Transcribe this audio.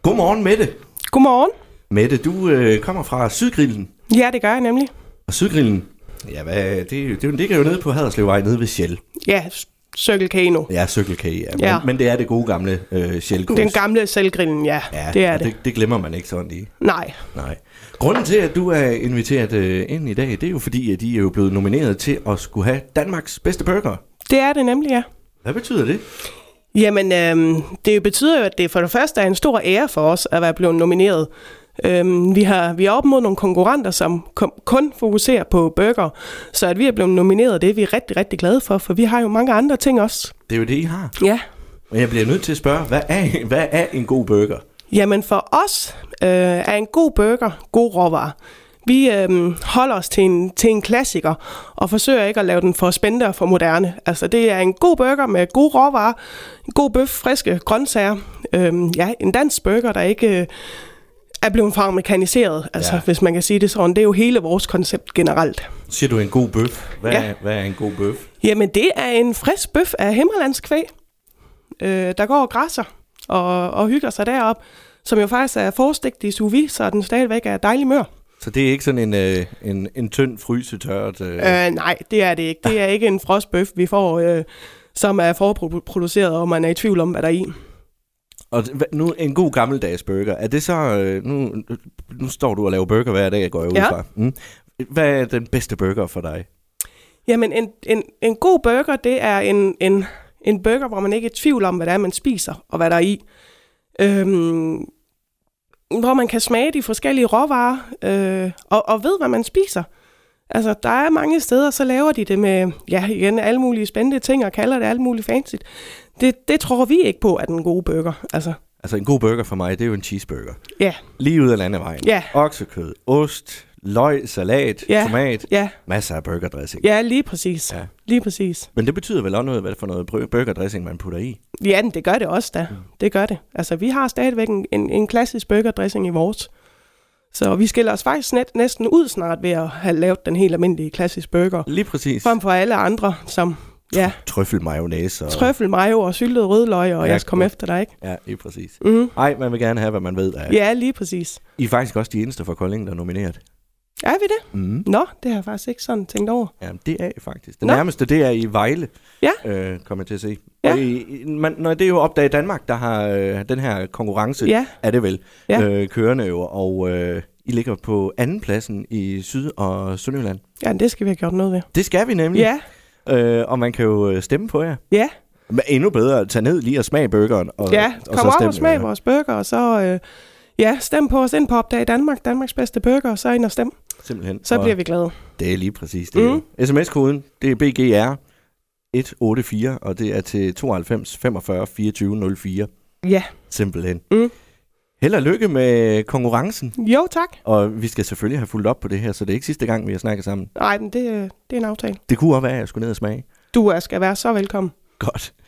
Godmorgen, Mette. Godmorgen. Mette, du kommer fra Sydgrillen. Ja, det gør jeg nemlig. Og Sydgrillen, det ligger jo nede på Haderslevvej, nede ved Shell. Ja, Circle K nu. Ja, Circle K, ja. Men det er det gode gamle Shell-kurs. Den gamle Shell-grillen, ja. Det er det. Det glemmer man ikke sådan lige. Nej. Grunden til, at du er inviteret ind i dag, det er jo fordi, at de er jo blevet nomineret til at skulle have Danmarks bedste burger. Det er det nemlig, ja. Hvad betyder det? Jamen, det betyder jo, at det for det første er en stor ære for os at være blevet nomineret. Vi har op mod nogle konkurrenter, som kun fokuserer på burger, så at vi er blevet nomineret, det er vi rigtig, rigtig glade for vi har jo mange andre ting også. Det er jo det, I har. Ja. Men jeg bliver nødt til at spørge, hvad er en god burger? Jamen for os er en god burger god råvarer. Vi holder os til en klassiker og forsøger ikke at lave den for spændende og for moderne. Altså det er en god burger med gode råvarer, en god bøf, friske grøntsager. En dansk burger, der ikke er blevet for amerikaniseret, altså hvis man kan sige det sådan. Det er jo hele vores koncept generelt. Siger du en god bøf? Hvad er en god bøf? Jamen det er en frisk bøf af himmerlandsk kvæg, der går og græsser og hygger sig derop, som jo faktisk er forstegt i sous vide, så den stadigvæk er dejlig mør. Så det er ikke sådan en tynd frysetørt? Nej, det er det ikke. Det er ikke en frostbøf, vi får, som er forproduceret, og man er i tvivl om, hvad der er i. Og nu en god gammeldags burger. Er det så... Nu står du og laver burger hver dag, jeg går ud fra. Hvad er den bedste burger for dig? Jamen, en god burger, det er en burger, hvor man ikke er i tvivl om, hvad det er, man spiser, og hvad der er i. Hvor man kan smage de forskellige råvarer, og ved, hvad man spiser. Altså, der er mange steder, så laver de det med, igen, alle mulige spændende ting, og kalder det alt muligt fancy. Det tror vi ikke på, at en god burger. Altså en god burger for mig, det er jo en cheeseburger. Ja. Lige ud af landevejen. Ja. Oksekød, ost, løg, salat, tomat, masser af burgerdressing. Ja, lige præcis. Ja. Lige præcis. Men det betyder vel også noget, hvad for noget burgerdressing, man putter i? Ja, det gør det også da. Det gør det. Altså, vi har stadigvæk en klassisk burgerdressing i vores. Så vi skiller os faktisk næsten ud snart ved at have lavet den helt almindelige klassisk burger. Lige præcis. Frem for alle andre, som... Ja. Trøffelmayonnaise. Trøffelmayo og syltet rødløg, og jeg skal komme efter dig, ikke? Ja, lige præcis. Ej, man vil gerne have, hvad man ved af. Ja, lige præcis. I er faktisk også de eneste fra Kolding, der er nomineret. Er vi det? Nå, det har jeg faktisk ikke sådan tænkt over. Ja, det er I faktisk. Det nærmeste, det er i Vejle, kommer jeg til at se. Ja. Og det er jo Opdag Danmark, der har den her konkurrence, er det vel, kørende jo, og I ligger på anden pladsen i Syd- og Sønderjylland. Ja, det skal vi have gjort noget ved. Det skal vi nemlig. Ja. Og man kan jo stemme på jer. Ja. Men endnu bedre at tage ned lige og smage burgeren. Kom op og smag vores burger, og så stem på os ind på Opdag Danmark, Danmarks bedste burger, og så ind og stem. Simpelthen. Så bliver vi glade. Det er lige præcis det. SMS-koden, det er BGR 184, og det er til 92 45 24 04. Ja. Simpelthen. Held og lykke med konkurrencen. Jo, tak. Og vi skal selvfølgelig have fulgt op på det her, så det er ikke sidste gang, vi har snakket sammen. Nej, men det er en aftale. Det kunne også være, at jeg skulle ned og smage. Du skal være så velkommen. Godt.